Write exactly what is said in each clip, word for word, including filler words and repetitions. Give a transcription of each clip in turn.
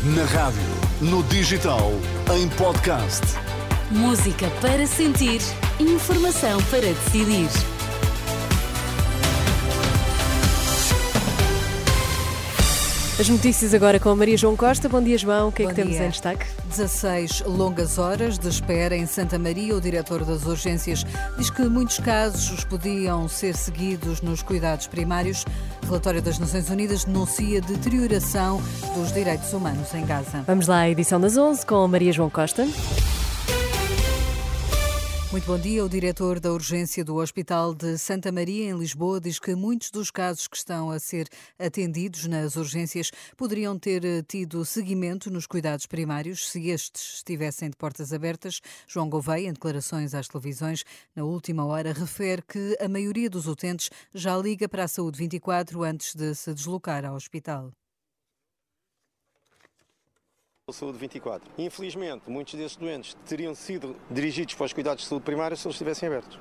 Na rádio, no digital, em podcast. Música para sentir, informação para decidir. As notícias agora com a Maria João Costa. Bom dia, João. O que é que temos em destaque? dezasseis longas horas de espera em Santa Maria. O diretor das urgências diz que muitos casos podiam ser seguidos nos cuidados primários. O relatório das Nações Unidas denuncia deterioração dos direitos humanos em Gaza. Vamos lá à edição das onze com a Maria João Costa. Muito bom dia. O diretor da urgência do Hospital de Santa Maria, em Lisboa, diz que muitos dos casos que estão a ser atendidos nas urgências poderiam ter tido seguimento nos cuidados primários se estes estivessem de portas abertas. João Gouveia, em declarações às televisões, na última hora, refere que a maioria dos utentes já liga para a Saúde vinte e quatro antes de se deslocar ao hospital. Saúde vinte e quatro. Infelizmente, muitos desses doentes teriam sido dirigidos para os cuidados de saúde primária se eles estivessem abertos.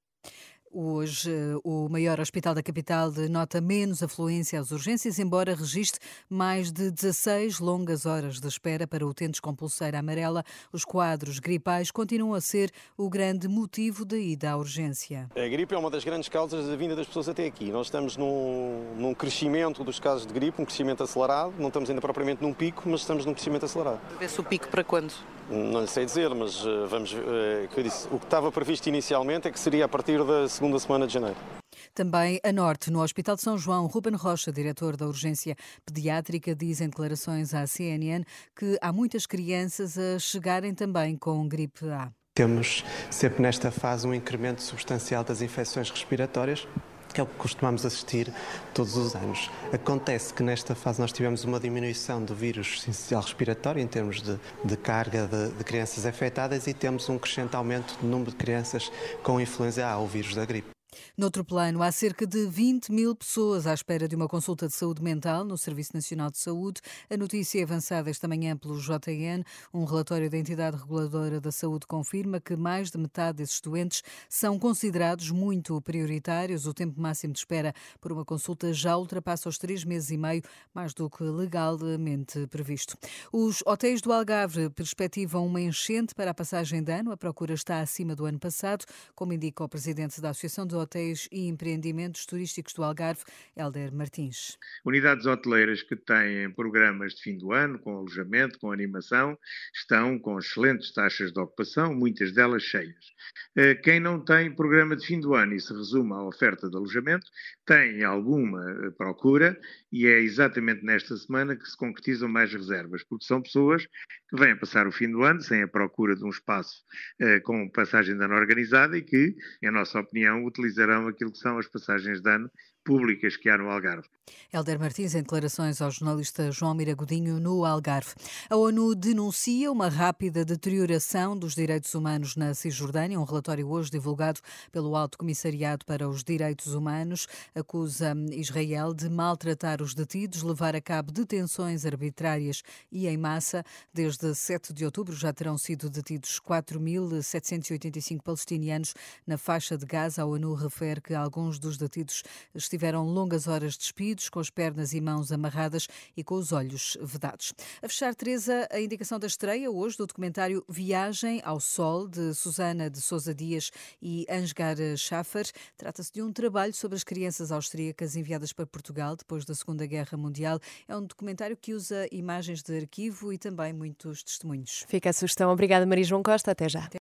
Hoje, o maior hospital da capital nota menos afluência às urgências, embora registre mais de dezasseis longas horas de espera para utentes com pulseira amarela. Os quadros gripais continuam a ser o grande motivo da ida à urgência. A gripe é uma das grandes causas da vinda das pessoas até aqui. Nós estamos num, num crescimento dos casos de gripe, um crescimento acelerado. Não estamos ainda propriamente num pico, mas estamos num crescimento acelerado. Vê-se o pico para quando? Não lhe sei dizer, mas uh, vamos, uh, que eu disse, o que estava previsto inicialmente é que seria a partir da segunda semana de janeiro. Também a norte, no Hospital de São João, Ruben Rocha, diretor da urgência pediátrica, diz em declarações à C N N que há muitas crianças a chegarem também com gripe A. Temos sempre nesta fase um incremento substancial das infecções respiratórias, que é o que costumamos assistir todos os anos. Acontece que nesta fase nós tivemos uma diminuição do vírus sincicial respiratório em termos de, de carga de, de crianças afetadas e temos um crescente aumento do número de crianças com influenza A, o vírus da gripe. Noutro plano, há cerca de vinte mil pessoas à espera de uma consulta de saúde mental no Serviço Nacional de Saúde. A notícia é avançada esta manhã pelo J N. Um relatório da entidade reguladora da saúde confirma que mais de metade desses doentes são considerados muito prioritários. O tempo máximo de espera por uma consulta já ultrapassa os três meses e meio, mais do que legalmente previsto. Os hotéis do Algarve perspectivam uma enchente para a passagem de ano. A procura está acima do ano passado, como indica o presidente da Associação de Hotéis e Empreendimentos Turísticos do Algarve, Hélder Martins. Unidades hoteleiras que têm programas de fim do ano, com alojamento, com animação, estão com excelentes taxas de ocupação, muitas delas cheias. Quem não tem programa de fim do ano e se resume à oferta de alojamento, tem alguma procura e é exatamente nesta semana que se concretizam mais reservas, porque são pessoas que vêm passar o fim do ano sem a procura de um espaço com passagem de ano organizada e que, em nossa opinião, utilizarão aquilo que são as passagens de ano públicas que há no Algarve. Hélder Martins, em declarações ao jornalista João Miragodinho, no Algarve. A ONU denuncia uma rápida deterioração dos direitos humanos na Cisjordânia. Um relatório hoje divulgado pelo Alto Comissariado para os Direitos Humanos acusa Israel de maltratar os detidos, levar a cabo detenções arbitrárias e em massa. Desde sete de outubro já terão sido detidos quatro mil setecentos e oitenta e cinco palestinianos na faixa de Gaza. A ONU refere que alguns dos detidos estiveram longas horas despidos, com as pernas e mãos amarradas e com os olhos vedados. A fechar, Teresa, a indicação da estreia hoje do documentário Viagem ao Sol, de Susana de Sousa Dias e Ansgar Schaffer. Trata-se de um trabalho sobre as crianças austríacas enviadas para Portugal depois da Segunda Guerra Mundial. É um documentário que usa imagens de arquivo e também muitos testemunhos. Fica a sugestão. Obrigada, Maria João Costa. Até já.